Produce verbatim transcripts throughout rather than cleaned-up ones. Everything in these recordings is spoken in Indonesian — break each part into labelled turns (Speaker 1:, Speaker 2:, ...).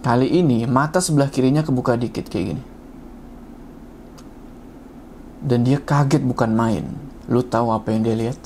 Speaker 1: Kali ini mata sebelah kirinya kebuka dikit kayak gini. Dan dia kaget bukan main. Lu tahu apa yang dia lihat?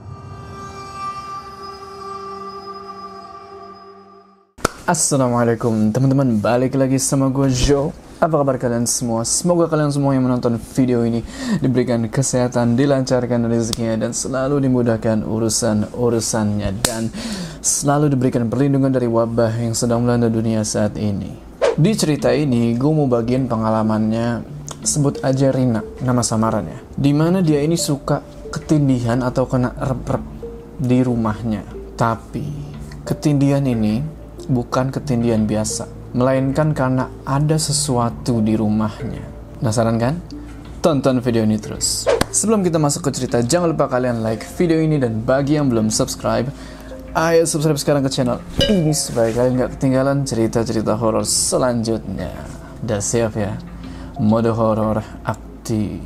Speaker 1: Assalamualaikum teman-teman, balik lagi sama gue Joe. Apa kabar kalian semua? Semoga kalian semua yang menonton video ini diberikan kesehatan, dilancarkan rezekinya, dan selalu dimudahkan urusan-urusannya, dan selalu diberikan perlindungan dari wabah yang sedang melanda dunia saat ini. Di cerita ini, gue mau bagian pengalamannya, sebut aja Rina, nama samarannya. Dimana dia ini suka ketindihan atau kena rep-rep di rumahnya. Tapi, ketindihan ini bukan ketindihan biasa, melainkan karena ada sesuatu di rumahnya. Penasaran kan? Tonton video ini terus. Sebelum kita masuk ke cerita, jangan lupa kalian like video ini, dan bagi yang belum subscribe, ayo subscribe sekarang ke channel ini supaya kalian gak ketinggalan cerita-cerita horor selanjutnya. Udah siap ya? Mode horor aktif.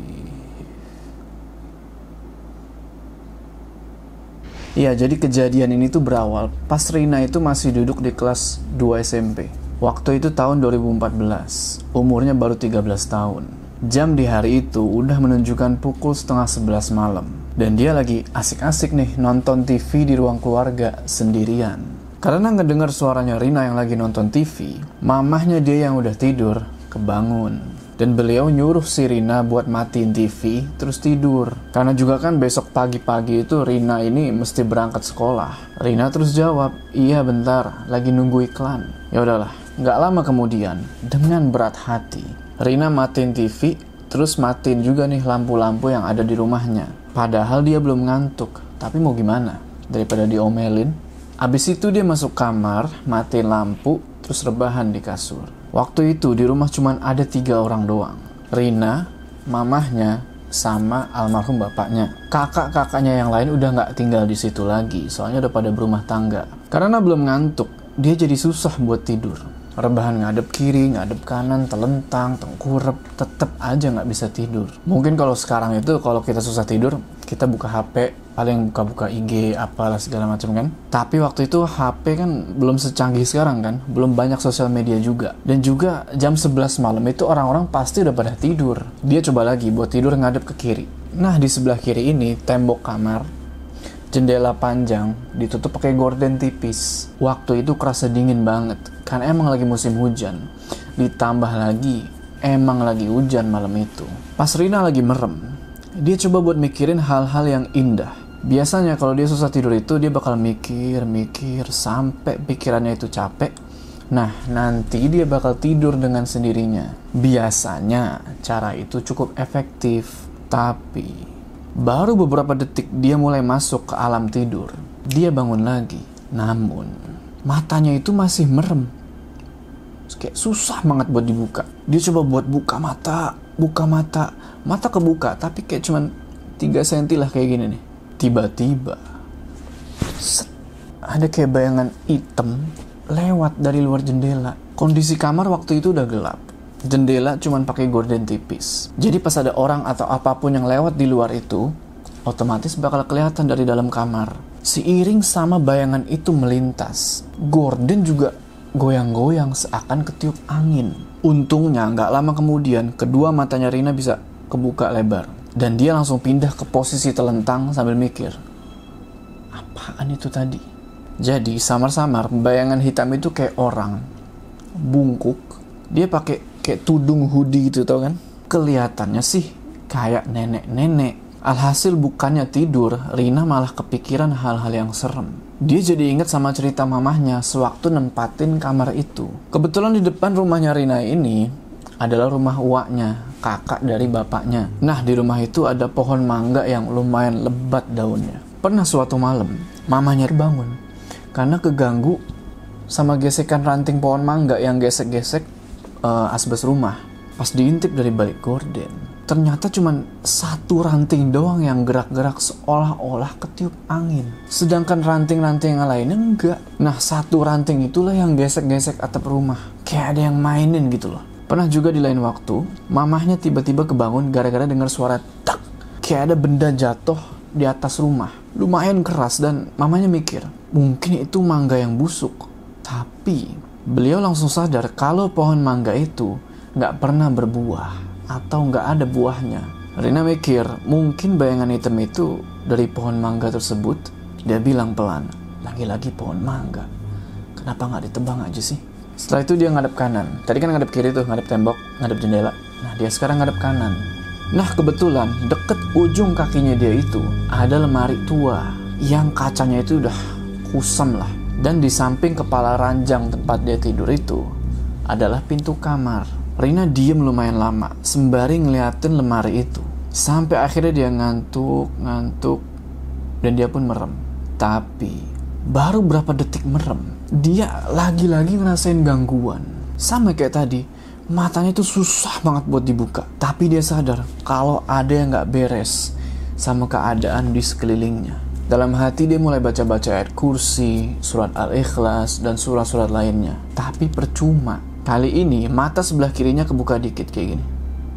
Speaker 1: Ya, jadi kejadian ini tuh berawal pas Rina itu masih duduk di kelas dua S M P. Waktu itu tahun dua ribu empat belas, umurnya baru tiga belas tahun. Jam di hari itu udah menunjukkan pukul setengah sebelas malam. Dan dia lagi asik-asik nih nonton T V di ruang keluarga sendirian. Karena ngedengar suaranya Rina yang lagi nonton T V, mamahnya dia yang udah tidur kebangun. Dan beliau nyuruh si Rina buat matiin T V terus tidur. Karena juga kan besok pagi-pagi itu Rina ini mesti berangkat sekolah. Rina terus jawab, iya bentar, lagi nunggu iklan. Ya udahlah, nggak lama kemudian, dengan berat hati, Rina matiin T V terus matiin juga nih lampu-lampu yang ada di rumahnya. Padahal dia belum ngantuk, tapi mau gimana? Daripada diomelin. Abis itu dia masuk kamar, matiin lampu, terus rebahan di kasur. Waktu itu di rumah cuma ada tiga orang doang. Rina, mamahnya, sama almarhum bapaknya. Kakak-kakaknya yang lain udah nggak tinggal di situ lagi, soalnya udah pada berumah tangga. Karena belum ngantuk, dia jadi susah buat tidur. Rebahan ngadep kiri, ngadep kanan, telentang, tengkurep, tetep aja nggak bisa tidur. Mungkin kalau sekarang itu kalau kita susah tidur, kita buka H P, paling buka-buka I G, apalah segala macam kan. Tapi waktu itu H P kan belum secanggih sekarang kan, belum banyak sosial media juga. Dan juga jam sebelas malam itu orang-orang pasti udah pada tidur. Dia coba lagi buat tidur ngadep ke kiri. Nah, di sebelah kiri ini tembok kamar, jendela panjang ditutup pakai gorden tipis. Waktu itu kerasa dingin banget, kan emang lagi musim hujan. Ditambah lagi, emang lagi hujan malam itu. Pas Rina lagi merem, dia coba buat mikirin hal-hal yang indah. Biasanya kalau dia susah tidur itu, dia bakal mikir-mikir sampai pikirannya itu capek. Nah, nanti dia bakal tidur dengan sendirinya. Biasanya cara itu cukup efektif, tapi baru beberapa detik dia mulai masuk ke alam tidur, dia bangun lagi. Namun, matanya itu masih merem. Kayak susah banget buat dibuka. Dia coba buat buka mata, buka mata. Mata kebuka, tapi kayak cuman tiga sentimeter lah kayak gini nih. Tiba-tiba, set, ada kayak bayangan hitam lewat dari luar jendela. Kondisi kamar waktu itu udah gelap. Jendela cuman pakai gorden tipis. Jadi pas ada orang atau apapun yang lewat di luar itu, otomatis bakal kelihatan dari dalam kamar. Seiring sama bayangan itu melintas, gorden juga goyang-goyang seakan ketiup angin. Untungnya nggak lama kemudian, kedua matanya Rina bisa kebuka lebar. Dan dia langsung pindah ke posisi telentang sambil mikir, apaan itu tadi? Jadi samar-samar bayangan hitam itu kayak orang bungkuk. Dia pakai kayak tudung hoodie gitu, tau kan? Kelihatannya sih kayak nenek-nenek. Alhasil bukannya tidur, Rina malah kepikiran hal-hal yang serem. Dia jadi ingat sama cerita mamahnya sewaktu nempatin kamar itu. Kebetulan di depan rumahnya Rina ini adalah rumah uaknya, kakak dari bapaknya. Nah, di rumah itu ada pohon mangga yang lumayan lebat daunnya. Pernah suatu malam, mamahnya bangun karena keganggu sama gesekan ranting pohon mangga yang gesek-gesek Uh, asbes rumah. Pas diintip dari balik gorden, ternyata cuma satu ranting doang yang gerak-gerak seolah-olah ketiup angin. Sedangkan ranting-ranting yang lainnya enggak. Nah, satu ranting itulah yang gesek-gesek atap rumah. Kayak ada yang mainin gitu loh. Pernah juga di lain waktu, mamahnya tiba-tiba kebangun gara-gara dengar suara tak. Kayak ada benda jatuh di atas rumah. Lumayan keras dan mamanya mikir, mungkin itu mangga yang busuk. Tapi Beliau langsung sadar kalau pohon mangga itu nggak pernah berbuah atau nggak ada buahnya. Rina mikir mungkin bayangan hitam itu dari pohon mangga tersebut. Dia bilang pelan, lagi-lagi pohon mangga, kenapa nggak ditebang aja sih? Setelah itu dia ngadep kanan. Tadi kan ngadep kiri tuh, ngadep tembok, ngadep jendela. Nah dia sekarang ngadep kanan. Nah kebetulan deket ujung kakinya dia itu ada lemari tua yang kacanya itu udah kusam lah. Dan di samping kepala ranjang tempat dia tidur itu adalah pintu kamar. Rina diem lumayan lama sembari ngeliatin lemari itu. Sampai akhirnya dia ngantuk, ngantuk, dan dia pun merem. Tapi baru berapa detik merem, dia lagi-lagi ngerasain gangguan. Sama kayak tadi, matanya tuh susah banget buat dibuka. Tapi dia sadar kalau ada yang gak beres sama keadaan di sekelilingnya. Dalam hati dia mulai baca-baca ayat kursi, surat Al-Ikhlas, dan surat-surat lainnya. Tapi percuma. Kali ini mata sebelah kirinya kebuka dikit kayak gini.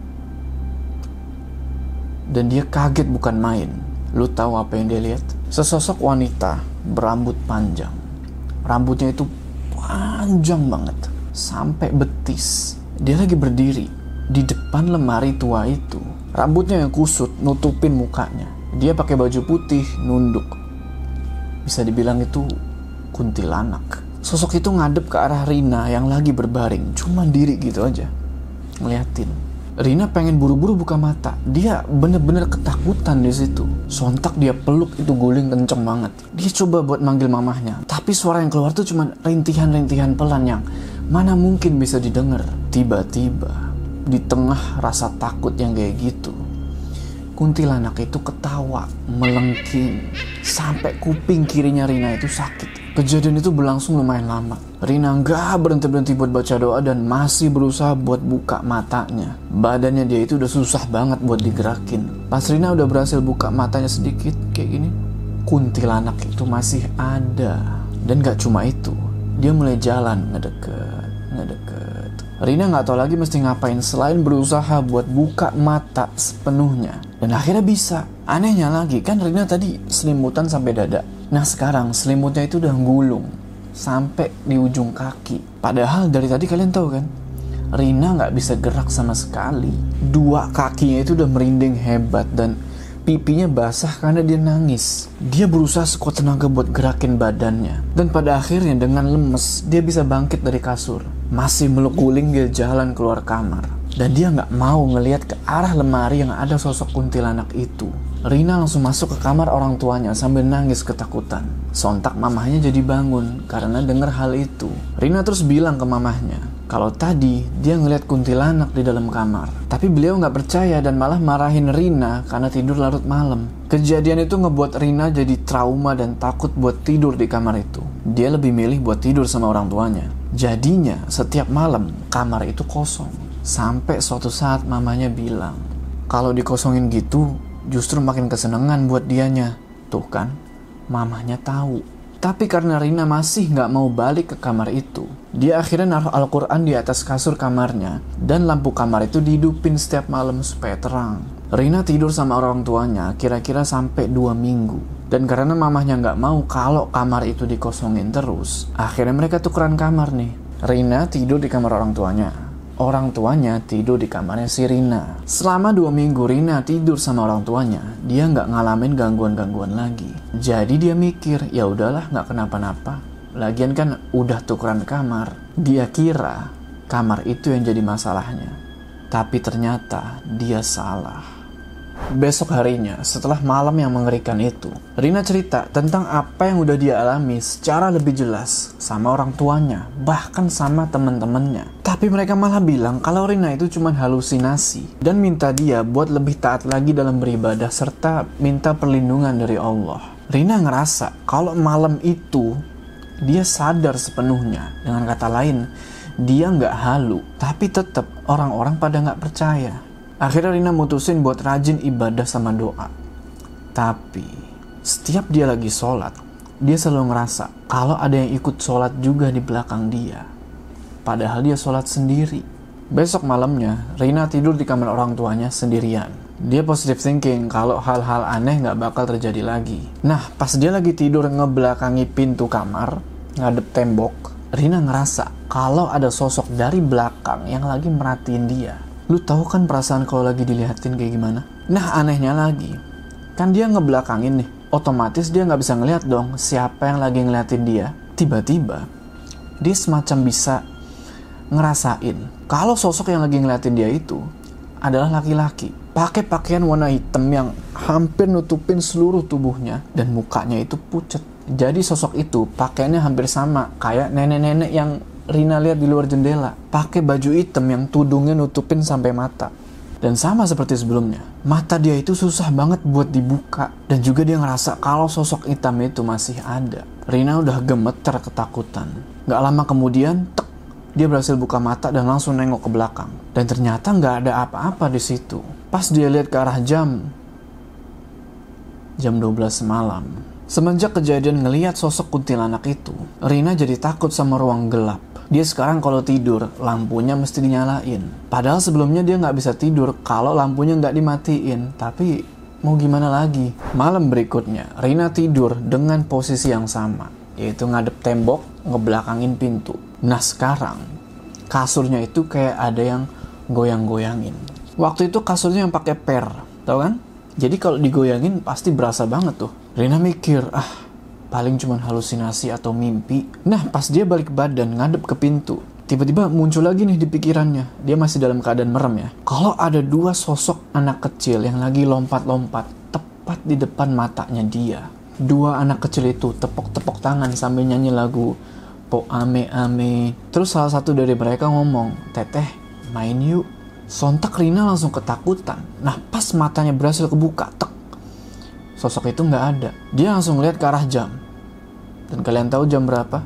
Speaker 1: Dan dia kaget bukan main. Lu tahu apa yang dia lihat? Sesosok wanita berambut panjang. Rambutnya itu panjang banget sampai betis. Dia lagi berdiri di depan lemari tua itu. Rambutnya yang kusut nutupin mukanya. Dia pakai baju putih, nunduk. Bisa dibilang itu kuntilanak. Sosok itu ngadep ke arah Rina yang lagi berbaring, cuma diri gitu aja, ngeliatin. Rina pengen buru-buru buka mata. Dia bener-bener ketakutan di situ. Sontak dia peluk itu guling kenceng banget. Dia coba buat manggil mamahnya, tapi suara yang keluar tuh cuma rintihan-rintihan pelan yang mana mungkin bisa didengar. Tiba-tiba di tengah rasa takut yang kayak gitu, kuntilanak itu ketawa, melengking, sampai kuping kirinya Rina itu sakit. Kejadian itu berlangsung lumayan lama. Rina nggak berhenti-berhenti buat baca doa dan masih berusaha buat buka matanya. Badannya dia itu udah susah banget buat digerakin. Pas Rina udah berhasil buka matanya sedikit kayak gini, kuntilanak itu masih ada. Dan gak cuma itu, dia mulai jalan ngedeket, ngedeket. Rina gak tahu lagi mesti ngapain selain berusaha buat buka mata sepenuhnya. Dan akhirnya bisa. Anehnya lagi, kan Rina tadi selimutan sampai dada. Nah sekarang selimutnya itu udah gulung sampai di ujung kaki. Padahal dari tadi kalian tahu kan, Rina gak bisa gerak sama sekali. Dua kakinya itu udah merinding hebat dan pipinya basah karena dia nangis. Dia berusaha sekuat tenaga buat gerakin badannya. Dan pada akhirnya dengan lemes, dia bisa bangkit dari kasur. Masih meluk guling dia jalan keluar kamar. Dan dia gak mau ngelihat ke arah lemari yang ada sosok kuntilanak itu. Rina langsung masuk ke kamar orang tuanya sambil nangis ketakutan. Sontak mamahnya jadi bangun karena dengar hal itu. Rina terus bilang ke mamahnya kalau tadi dia ngelihat kuntilanak di dalam kamar. Tapi beliau gak percaya dan malah marahin Rina karena tidur larut malam. Kejadian itu ngebuat Rina jadi trauma dan takut buat tidur di kamar itu. Dia lebih milih buat tidur sama orang tuanya. Jadinya setiap malam kamar itu kosong. Sampai suatu saat mamanya bilang kalau dikosongin gitu justru makin kesenangan buat dianya. Tuh kan, mamanya tahu. Tapi karena Rina masih gak mau balik ke kamar itu, dia akhirnya naruh Al-Quran di atas kasur kamarnya dan lampu kamar itu dihidupin setiap malam supaya terang. Rina tidur sama orang tuanya kira-kira sampai dua minggu. Dan karena mamahnya gak mau kalau kamar itu dikosongin terus, akhirnya mereka tukeran kamar nih. Rina tidur di kamar orang tuanya, orang tuanya tidur di kamarnya si Rina. Selama dua minggu Rina tidur sama orang tuanya, dia nggak ngalamin gangguan-gangguan lagi. Jadi dia mikir, ya udahlah nggak kenapa-napa. Lagian kan udah tukeran kamar. Dia kira kamar itu yang jadi masalahnya. Tapi ternyata dia salah. Besok harinya, setelah malam yang mengerikan itu, Rina cerita tentang apa yang udah dia alami secara lebih jelas sama orang tuanya, bahkan sama temen-temennya. Tapi mereka malah bilang kalau Rina itu cuma halusinasi dan minta dia buat lebih taat lagi dalam beribadah serta minta perlindungan dari Allah. Rina ngerasa kalau malam itu dia sadar sepenuhnya. Dengan kata lain, dia nggak halu, tapi tetap orang-orang pada nggak percaya. Akhirnya Rina mutusin buat rajin ibadah sama doa. Tapi setiap dia lagi sholat, dia selalu ngerasa kalau ada yang ikut sholat juga di belakang dia. Padahal dia sholat sendiri. Besok malamnya, Rina tidur di kamar orang tuanya sendirian. Dia positive thinking kalau hal-hal aneh gak bakal terjadi lagi. Nah, pas dia lagi tidur ngebelakangi pintu kamar, ngadep tembok, Rina ngerasa kalau ada sosok dari belakang yang lagi merhatiin dia. Lu tahu kan perasaan kalau lagi dilihatin kayak gimana? Nah anehnya lagi, kan dia ngebelakangin nih, otomatis dia nggak bisa ngeliat dong siapa yang lagi ngeliatin dia. Tiba-tiba dia semacam bisa ngerasain kalau sosok yang lagi ngeliatin dia itu adalah laki-laki, pakai pakaian warna hitam yang hampir nutupin seluruh tubuhnya dan mukanya itu pucet. Jadi sosok itu pakaiannya hampir sama kayak nenek-nenek yang Rina lihat di luar jendela, pakai baju hitam yang tudungnya nutupin sampai mata. Dan sama seperti sebelumnya, mata dia itu susah banget buat dibuka. Dan juga dia ngerasa kalau sosok hitam itu masih ada. Rina udah gemeter ketakutan. Gak lama kemudian, tek, dia berhasil buka mata dan langsung nengok ke belakang. Dan ternyata gak ada apa-apa di situ. Pas dia lihat ke arah jam, jam dua belas malam. Semenjak kejadian ngelihat sosok kuntilanak itu, Rina jadi takut sama ruang gelap. Dia sekarang kalau tidur, lampunya mesti dinyalain. Padahal sebelumnya dia nggak bisa tidur kalau lampunya nggak dimatiin. Tapi mau gimana lagi? Malam berikutnya, Rina tidur dengan posisi yang sama, yaitu ngadep tembok, ngebelakangin pintu. Nah sekarang, kasurnya itu kayak ada yang goyang-goyangin. Waktu itu kasurnya yang pakai per, tau kan? Jadi kalau digoyangin pasti berasa banget tuh. Rina mikir, ah paling cuma halusinasi atau mimpi. Nah pas dia balik badan ngadep ke pintu, tiba-tiba muncul lagi nih di pikirannya. Dia masih dalam keadaan merem ya. Kalau ada dua sosok anak kecil yang lagi lompat-lompat tepat di depan matanya dia. Dua anak kecil itu tepok-tepok tangan sambil nyanyi lagu Po Ame Ame. Terus salah satu dari mereka ngomong, "Teteh, main yuk." Sontak Rina langsung ketakutan. Nah pas matanya berhasil kebuka, tek, sosok itu nggak ada. Dia langsung lihat ke arah jam. Dan kalian tahu jam berapa?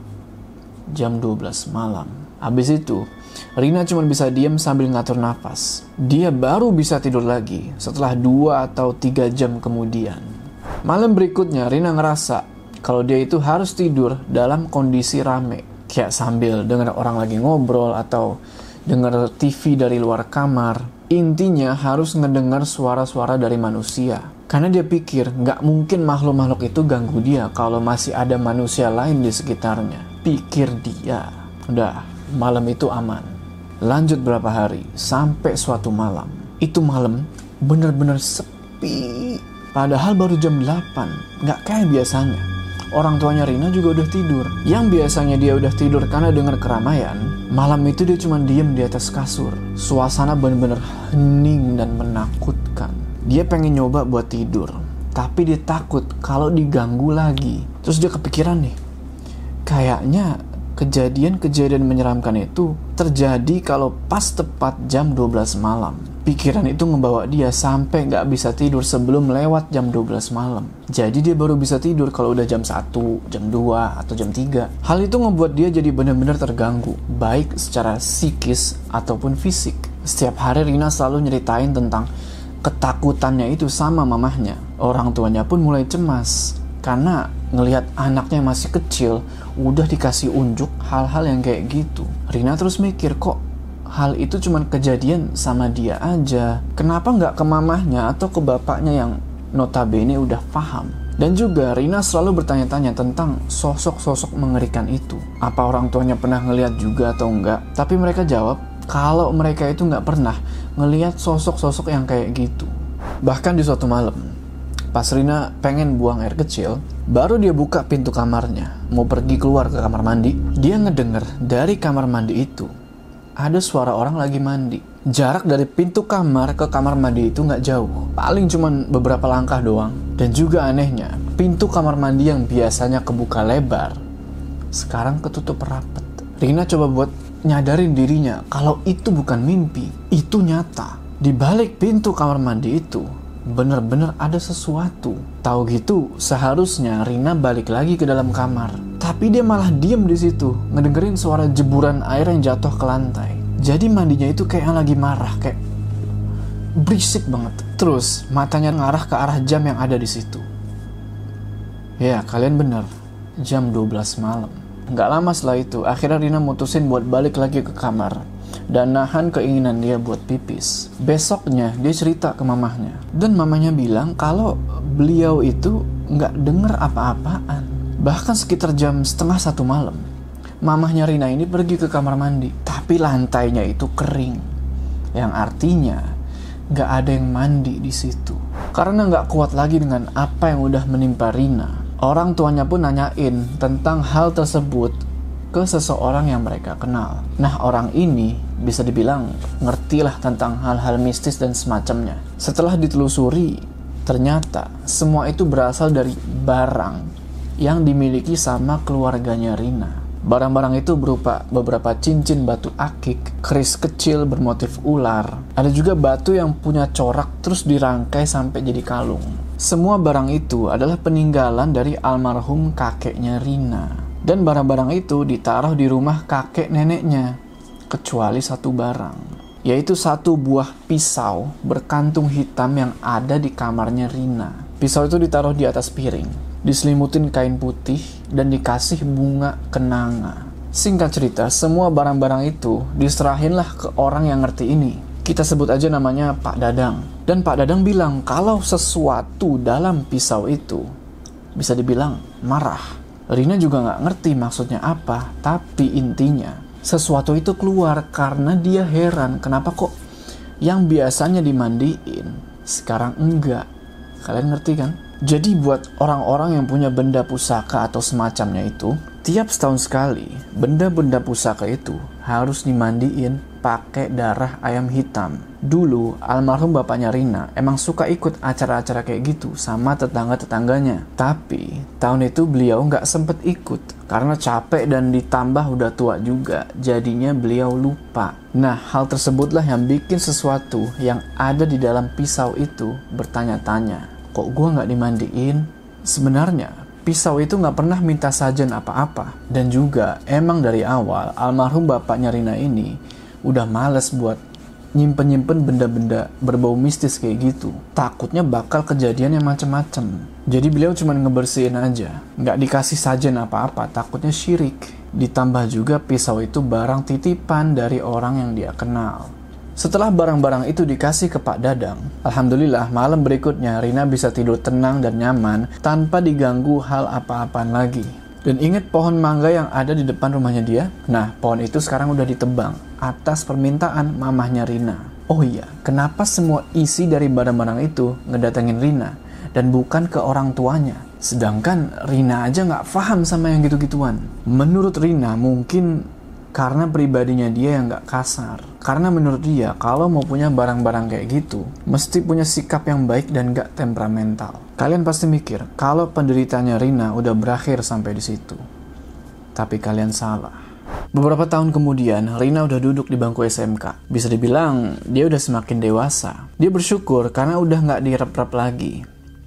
Speaker 1: Jam dua belas malam. Habis itu, Rina cuma bisa diam sambil ngatur nafas. Dia baru bisa tidur lagi setelah dua atau tiga jam kemudian. Malam berikutnya, Rina ngerasa kalau dia itu harus tidur dalam kondisi rame. Kayak sambil dengar orang lagi ngobrol atau dengar T V dari luar kamar. Intinya harus ngedengar suara-suara dari manusia. Karena dia pikir nggak mungkin makhluk-makhluk itu ganggu dia kalau masih ada manusia lain di sekitarnya. Pikir dia. Udah, malam itu aman. Lanjut berapa hari, sampai suatu malam. Itu malam bener-bener sepi. Padahal baru jam delapan, nggak kayak biasanya. Orang tuanya Rina juga udah tidur. Yang biasanya dia udah tidur karena dengar keramaian, malam itu dia cuma diem di atas kasur. Suasana bener-bener hening dan menakutkan. Dia pengen nyoba buat tidur, tapi dia takut kalau diganggu lagi. Terus dia kepikiran nih, kayaknya kejadian-kejadian menyeramkan itu terjadi kalau pas tepat jam dua belas malam. Pikiran itu ngebawa dia sampai gak bisa tidur sebelum lewat jam dua belas malam. Jadi dia baru bisa tidur kalau udah jam satu, jam dua, atau jam tiga. Hal itu ngebuat dia jadi benar-benar terganggu, baik secara psikis ataupun fisik. Setiap hari Rina selalu nyeritain tentang ketakutannya itu sama mamahnya. Orang tuanya pun mulai cemas karena ngelihat anaknya masih kecil udah dikasih unjuk hal-hal yang kayak gitu. Rina terus mikir, kok hal itu cuma kejadian sama dia aja, kenapa nggak ke mamahnya atau ke bapaknya yang notabene udah paham? Dan juga Rina selalu bertanya-tanya tentang sosok-sosok mengerikan itu. Apa orang tuanya pernah ngelihat juga atau enggak? Tapi mereka jawab kalau mereka itu nggak pernah ngelihat sosok-sosok yang kayak gitu. Bahkan di suatu malam, pas Rina pengen buang air kecil, baru dia buka pintu kamarnya, mau pergi keluar ke kamar mandi, dia ngedenger dari kamar mandi itu ada suara orang lagi mandi. Jarak dari pintu kamar ke kamar mandi itu nggak jauh, paling cuman beberapa langkah doang. Dan juga anehnya, pintu kamar mandi yang biasanya kebuka lebar, sekarang ketutup rapat. Rina coba buat nyadarin dirinya kalau itu bukan mimpi, itu nyata. Di balik pintu kamar mandi itu bener-bener ada sesuatu. Tahu gitu, seharusnya Rina balik lagi ke dalam kamar. Tapi dia malah diem di situ, ngedengerin suara jeburan air yang jatuh ke lantai. Jadi mandinya itu kayak yang lagi marah, kayak berisik banget. Terus matanya ngarah ke arah jam yang ada di situ. Ya, kalian bener, jam dua belas malam. Nggak lama setelah itu, akhirnya Rina mutusin buat balik lagi ke kamar dan nahan keinginan dia buat pipis. Besoknya dia cerita ke mamahnya, dan mamahnya bilang kalau beliau itu nggak denger apa-apaan. Bahkan sekitar jam setengah satu malam, mamahnya Rina ini pergi ke kamar mandi, tapi lantainya itu kering, yang artinya nggak ada yang mandi di situ. Karena nggak kuat lagi dengan apa yang udah menimpa Rina, orang tuanya pun nanyain tentang hal tersebut ke seseorang yang mereka kenal. Nah, orang ini bisa dibilang ngertilah tentang hal-hal mistis dan semacamnya. Setelah ditelusuri, ternyata semua itu berasal dari barang yang dimiliki sama keluarganya Rina. Barang-barang itu berupa beberapa cincin batu akik, keris kecil bermotif ular. Ada juga batu yang punya corak terus dirangkai sampai jadi kalung. Semua barang itu adalah peninggalan dari almarhum kakeknya Rina. Dan barang-barang itu ditaruh di rumah kakek neneknya, kecuali satu barang, yaitu satu buah pisau berkantung hitam yang ada di kamarnya Rina. Pisau itu ditaruh di atas piring, diselimutin kain putih, dan dikasih bunga kenanga. Singkat cerita, semua barang-barang itu diserahinlah ke orang yang ngerti ini. Kita sebut aja namanya Pak Dadang. Dan Pak Dadang bilang kalau sesuatu dalam pisau itu bisa dibilang marah. Rina juga nggak ngerti maksudnya apa, tapi intinya sesuatu itu keluar karena dia heran kenapa kok yang biasanya dimandiin sekarang enggak. Kalian ngerti kan? Jadi buat orang-orang yang punya benda pusaka atau semacamnya itu, tiap setahun sekali benda-benda pusaka itu harus dimandiin pakai darah ayam hitam. Dulu almarhum bapaknya Rina emang suka ikut acara-acara kayak gitu sama tetangga-tetangganya. Tapi tahun itu beliau nggak sempet ikut karena capek dan ditambah udah tua juga. Jadinya beliau lupa. Nah, hal tersebutlah yang bikin sesuatu yang ada di dalam pisau itu bertanya-tanya, kok gua nggak dimandiin? Sebenarnya pisau itu nggak pernah minta sajen apa-apa. Dan juga emang dari awal almarhum bapaknya Rina ini udah males buat nyimpen-nyimpen benda-benda berbau mistis kayak gitu. Takutnya bakal kejadian yang macem-macem. Jadi beliau cuma ngebersihin aja, nggak dikasih sajen apa-apa, takutnya syirik. Ditambah juga pisau itu barang titipan dari orang yang dia kenal. Setelah barang-barang itu dikasih ke Pak Dadang, alhamdulillah malam berikutnya Rina bisa tidur tenang dan nyaman tanpa diganggu hal apa-apaan lagi. Dan ingat pohon mangga yang ada di depan rumahnya dia? Nah, pohon itu sekarang udah ditebang atas permintaan mamahnya Rina. Oh iya, kenapa semua isi dari barang-barang itu ngedatengin Rina dan bukan ke orang tuanya? Sedangkan Rina aja nggak paham sama yang gitu-gituan. Menurut Rina mungkin karena pribadinya dia yang nggak kasar. Karena menurut dia kalau mau punya barang-barang kayak gitu, mesti punya sikap yang baik dan nggak temperamental. Kalian pasti mikir kalau penderitanya Rina udah berakhir sampai di situ. Tapi kalian salah. Beberapa tahun kemudian, Rina udah duduk di bangku S M K. Bisa dibilang dia udah semakin dewasa. Dia bersyukur karena udah nggak direp-rep lagi.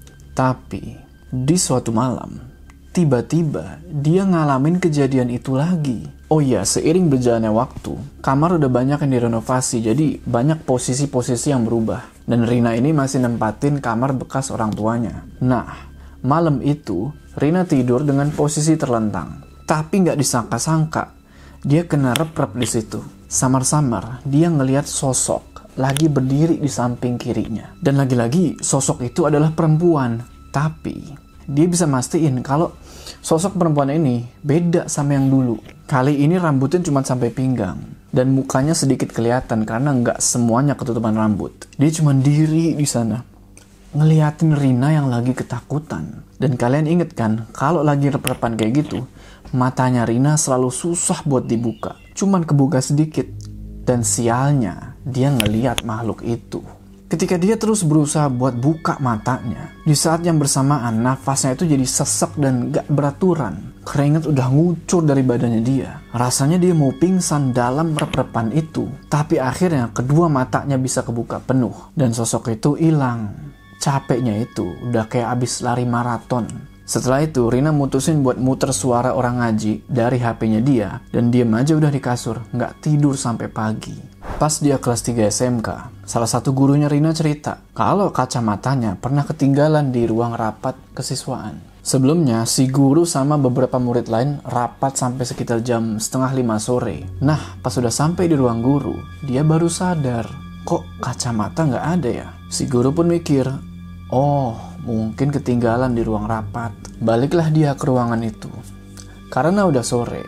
Speaker 1: Tapi di suatu malam, tiba-tiba dia ngalamin kejadian itu lagi. Oh iya, seiring berjalannya waktu, kamar udah banyak yang direnovasi, jadi banyak posisi-posisi yang berubah. Dan Rina ini masih nempatin kamar bekas orang tuanya. Nah, malam itu, Rina tidur dengan posisi terlentang. Tapi nggak disangka-sangka, dia kena rep-rep di situ. Samar-samar, dia ngelihat sosok lagi berdiri di samping kirinya. Dan lagi-lagi, sosok itu adalah perempuan. Tapi, dia bisa mastiin kalau sosok perempuan ini beda sama yang dulu. Kali ini rambutnya cuma sampai pinggang. Dan mukanya sedikit kelihatan karena nggak semuanya ketutupan rambut. Dia cuma diri di sana, ngeliatin Rina yang lagi ketakutan. Dan kalian inget kan, kalau lagi rep-repan kayak gitu, matanya Rina selalu susah buat dibuka. Cuman kebuka sedikit. Dan sialnya, dia ngeliat makhluk itu. Ketika dia terus berusaha buat buka matanya, di saat yang bersamaan nafasnya itu jadi sesek dan gak beraturan. Keringat udah ngucur dari badannya dia. Rasanya dia mau pingsan dalam rep-repan itu. Tapi akhirnya kedua matanya bisa kebuka penuh. Dan sosok itu hilang. Capeknya itu udah kayak abis lari maraton. Setelah itu Rina mutusin buat muter suara orang ngaji dari H P-nya dia. Dan diem aja udah di kasur, gak tidur sampai pagi. Pas dia kelas tiga S M K, salah satu gurunya Rina cerita kalau kacamatanya pernah ketinggalan di ruang rapat kesiswaan. Sebelumnya, si guru sama beberapa murid lain rapat sampai sekitar jam setengah lima sore. Nah, pas sudah sampai di ruang guru, dia baru sadar, kok kacamata nggak ada ya? Si guru pun mikir, oh mungkin ketinggalan di ruang rapat. Baliklah dia ke ruangan itu. Karena udah sore,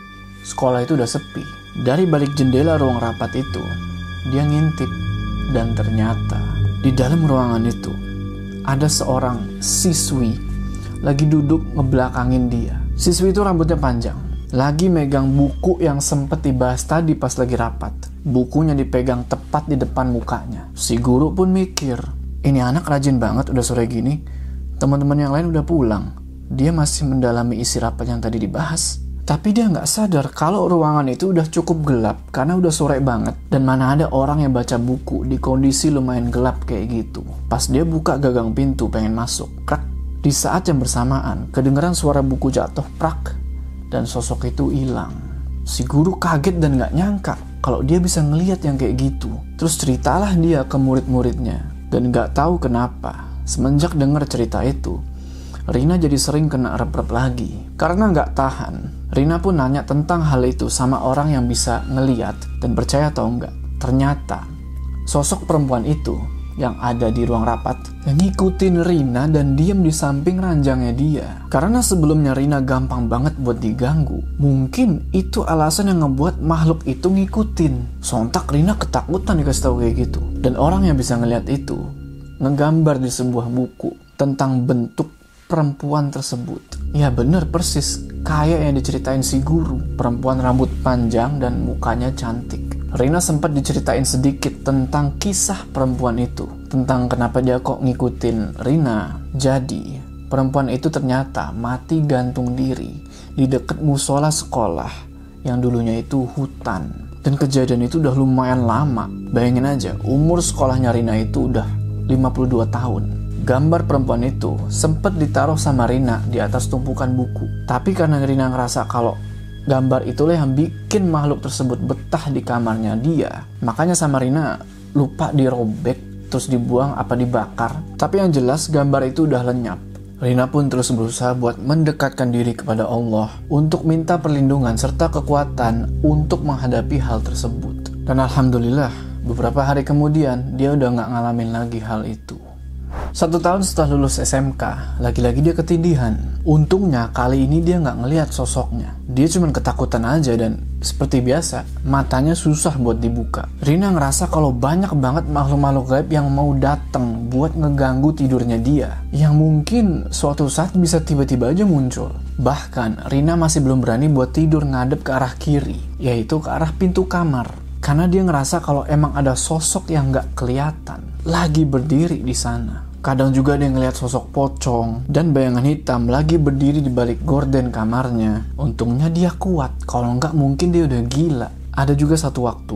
Speaker 1: sekolah itu udah sepi. Dari balik jendela ruang rapat itu, dia ngintip. Dan ternyata di dalam ruangan itu ada seorang siswi lagi duduk ngebelakangin dia. Siswi itu rambutnya panjang, lagi megang buku yang sempet dibahas tadi pas lagi rapat. Bukunya dipegang tepat di depan mukanya. Si guru pun mikir, ini anak rajin banget, udah sore gini, teman-teman yang lain udah pulang, dia masih mendalami isi rapat yang tadi dibahas. Tapi dia nggak sadar kalau ruangan itu udah cukup gelap karena udah sore banget. Dan mana ada orang yang baca buku di kondisi lumayan gelap kayak gitu. Pas dia buka gagang pintu pengen masuk, krak. Di saat yang bersamaan, kedengeran suara buku jatuh, prak. Dan sosok itu hilang. Si guru kaget dan nggak nyangka kalau dia bisa ngelihat yang kayak gitu. Terus ceritalah dia ke murid-muridnya. Dan nggak tahu kenapa, semenjak denger cerita itu, Rina jadi sering kena rep-rep lagi. Karena nggak tahan, Rina pun nanya tentang hal itu sama orang yang bisa ngeliat dan percaya atau enggak. Ternyata sosok perempuan itu yang ada di ruang rapat yang ngikutin Rina dan diem di samping ranjangnya dia. Karena sebelumnya Rina gampang banget buat diganggu. Mungkin itu alasan yang ngebuat makhluk itu ngikutin. Sontak Rina ketakutan dikasih tahu kayak gitu. Dan orang yang bisa ngeliat itu ngegambar di sebuah buku tentang bentuk perempuan tersebut. Ya bener persis kayak yang diceritain si guru. Perempuan rambut panjang dan mukanya cantik. Rina sempat diceritain sedikit tentang kisah perempuan itu. Tentang kenapa dia kok ngikutin Rina. Jadi perempuan itu ternyata mati gantung diri di dekat musola sekolah yang dulunya itu hutan. Dan kejadian itu udah lumayan lama. Bayangin aja, umur sekolahnya Rina itu udah lima puluh dua tahun. Gambar perempuan itu sempat ditaruh sama Rina di atas tumpukan buku. Tapi karena Rina ngerasa kalau gambar itulah yang bikin makhluk tersebut betah di kamarnya dia, makanya sama Rina lupa dirobek, terus dibuang apa dibakar. Tapi yang jelas gambar itu udah lenyap. Rina pun terus berusaha buat mendekatkan diri kepada Allah untuk minta perlindungan serta kekuatan untuk menghadapi hal tersebut. Dan alhamdulillah, beberapa hari kemudian dia udah gak ngalamin lagi hal itu. Satu tahun setelah lulus S M K, lagi-lagi dia ketindihan. Untungnya kali ini dia nggak ngelihat sosoknya. Dia cuma ketakutan aja dan seperti biasa, matanya susah buat dibuka. Rina ngerasa kalau banyak banget makhluk-makhluk gaib yang mau datang buat ngeganggu tidurnya dia. Yang mungkin suatu saat bisa tiba-tiba aja muncul. Bahkan Rina masih belum berani buat tidur ngadep ke arah kiri, yaitu ke arah pintu kamar. Karena dia ngerasa kalau emang ada sosok yang nggak kelihatan lagi berdiri di sana. Kadang juga dia ngeliat sosok pocong dan bayangan hitam lagi berdiri di balik gorden kamarnya. Untungnya dia kuat, kalau nggak mungkin dia udah gila. Ada juga satu waktu,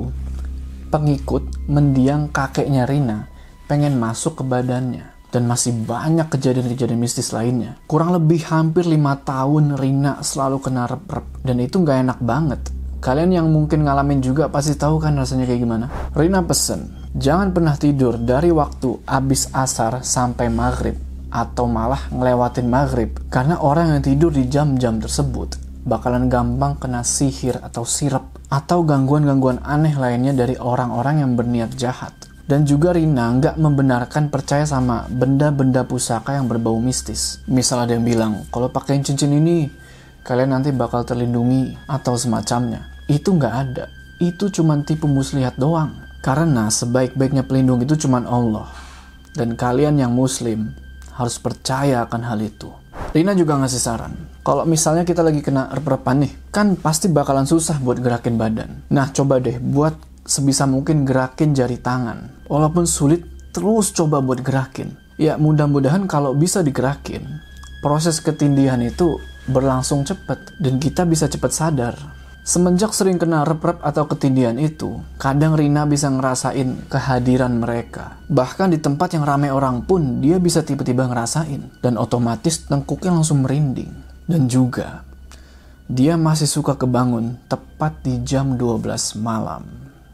Speaker 1: pengikut mendiang kakeknya Rina pengen masuk ke badannya. Dan masih banyak kejadian-kejadian mistis lainnya. Kurang lebih hampir lima tahun Rina selalu kena rep-rep. Dan itu nggak enak banget. Kalian yang mungkin ngalamin juga pasti tahu kan rasanya kayak gimana. Rina pesen, jangan pernah tidur dari waktu abis asar sampai maghrib. Atau malah ngelewatin maghrib. Karena orang yang tidur di jam-jam tersebut bakalan gampang kena sihir atau sirep. Atau gangguan-gangguan aneh lainnya dari orang-orang yang berniat jahat. Dan juga Rina nggak membenarkan percaya sama benda-benda pusaka yang berbau mistis. Misal ada yang bilang, kalau pakai cincin ini, kalian nanti bakal terlindungi atau semacamnya. Itu nggak ada. Itu cuma tipu muslihat doang. Karena sebaik-baiknya pelindung itu cuma Allah. Dan kalian yang muslim harus percaya akan hal itu. Rina juga ngasih saran. Kalau misalnya kita lagi kena rep-repan nih, kan pasti bakalan susah buat gerakin badan. Nah coba deh buat sebisa mungkin gerakin jari tangan. Walaupun sulit, terus coba buat gerakin. Ya mudah-mudahan kalau bisa digerakin, proses ketindihan itu berlangsung cepat dan kita bisa cepat sadar. Semenjak sering kena rep-rep atau ketindihan itu, kadang Rina bisa ngerasain kehadiran mereka. Bahkan di tempat yang ramai orang pun dia bisa tiba-tiba ngerasain. Dan otomatis tengkuknya langsung merinding. Dan juga, dia masih suka kebangun tepat di jam dua belas malam.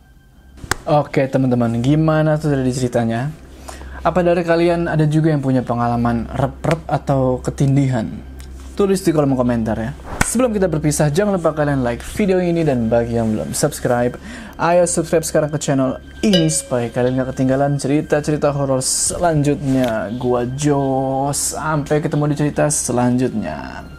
Speaker 1: Oke teman-teman, gimana tuh dari ceritanya? Apa dari kalian ada juga yang punya pengalaman rep-rep atau ketindihan? Tulis di kolom komentar ya. Sebelum kita berpisah, jangan lupa kalian like video ini, dan bagi yang belum subscribe, ayo subscribe sekarang ke channel ini supaya kalian gak ketinggalan cerita-cerita horor selanjutnya. Gua Jos, sampai ketemu di cerita selanjutnya.